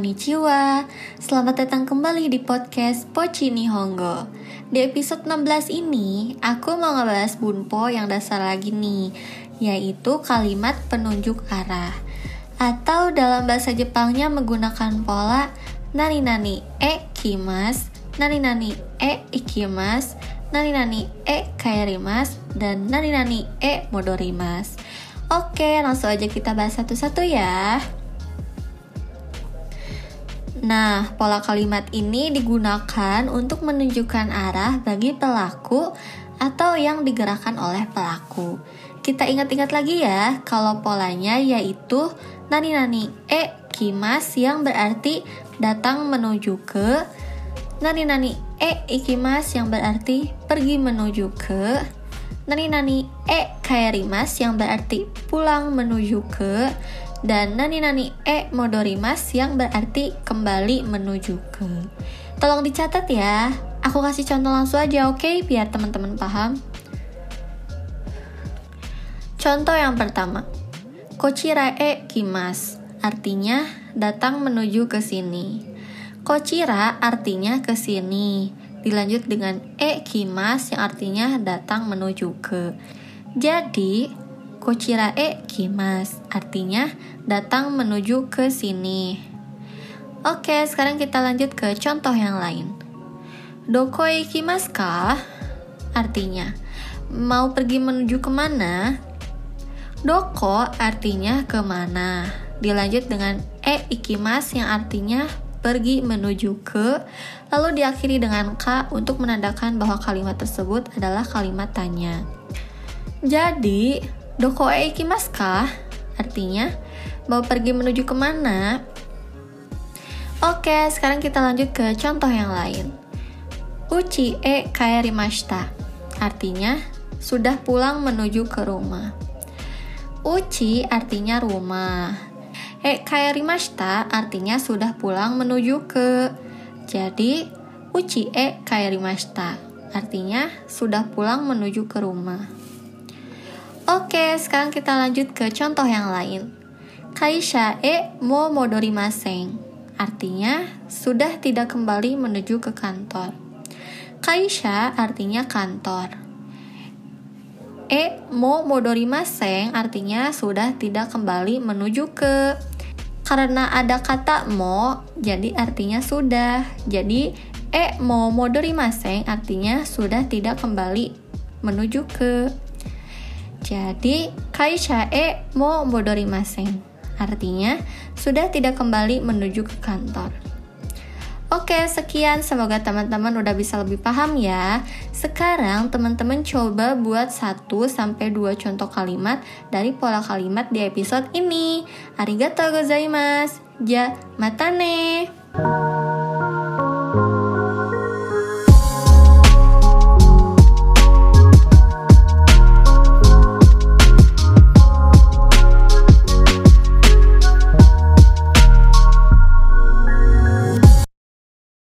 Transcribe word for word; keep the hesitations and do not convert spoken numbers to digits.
Konnichiwa. Selamat datang kembali di podcast Pochi Nihongo. Di episode enam belas ini, aku mau ngebahas bunpo yang dasar lagi nih, yaitu kalimat penunjuk arah. Atau dalam bahasa Jepangnya menggunakan pola nani nani e kimasu, nani nani e ikimasu, nani nani e kaerimasu, dan nani nani e modorimasu. Oke, langsung aja kita bahas satu-satu ya. Nah, pola kalimat ini digunakan untuk menunjukkan arah bagi pelaku atau yang digerakkan oleh pelaku. Kita ingat-ingat lagi ya, kalau polanya yaitu nani nani e kimasu yang berarti datang menuju ke, nani nani e ikimasu yang berarti pergi menuju ke, nani nani e kaerimasu yang berarti pulang menuju ke, dan nani nani e modorimasu yang berarti kembali menuju ke. Tolong dicatat ya. Aku kasih contoh langsung aja, oke? Okay? Biar teman-teman paham. Contoh yang pertama. Kochira e kimasu, artinya datang menuju ke sini. Kochira artinya ke sini. Dilanjut dengan e kimasu yang artinya datang menuju ke. Jadi Kochira e kimasu artinya datang menuju ke sini. Oke, sekarang kita lanjut ke contoh yang lain. Doko e ikimasu ka? Artinya mau pergi menuju kemana? Doko artinya kemana. Dilanjut dengan e ikimasu yang artinya pergi menuju ke, lalu diakhiri dengan ka untuk menandakan bahwa kalimat tersebut adalah kalimat tanya. Jadi Doko e ikimasu ka? Artinya, mau pergi menuju kemana? Oke, sekarang kita lanjut ke contoh yang lain. Uchi e kaerimashita. Artinya, sudah pulang menuju ke rumah. Uchi artinya rumah. E kaerimashita artinya sudah pulang menuju ke. Jadi, uchi e kaerimashita. Artinya, sudah pulang menuju ke rumah. Oke, sekarang kita lanjut ke contoh yang lain. Kaisha e mo modorimasen. Artinya, sudah tidak kembali menuju ke kantor. Kaisha artinya kantor. E mo modorimasen artinya sudah tidak kembali menuju ke. Karena ada kata mo, jadi artinya sudah. Jadi, e mo modorimasen artinya sudah tidak kembali menuju ke. Jadi, kaisha e mo modorimasen. Artinya, sudah tidak kembali menuju ke kantor. Oke, sekian. Semoga teman-teman udah bisa lebih paham ya. Sekarang, teman-teman coba buat satu sampai dua contoh kalimat dari pola kalimat di episode ini. Arigatou gozaimasu. Ja, mata ne.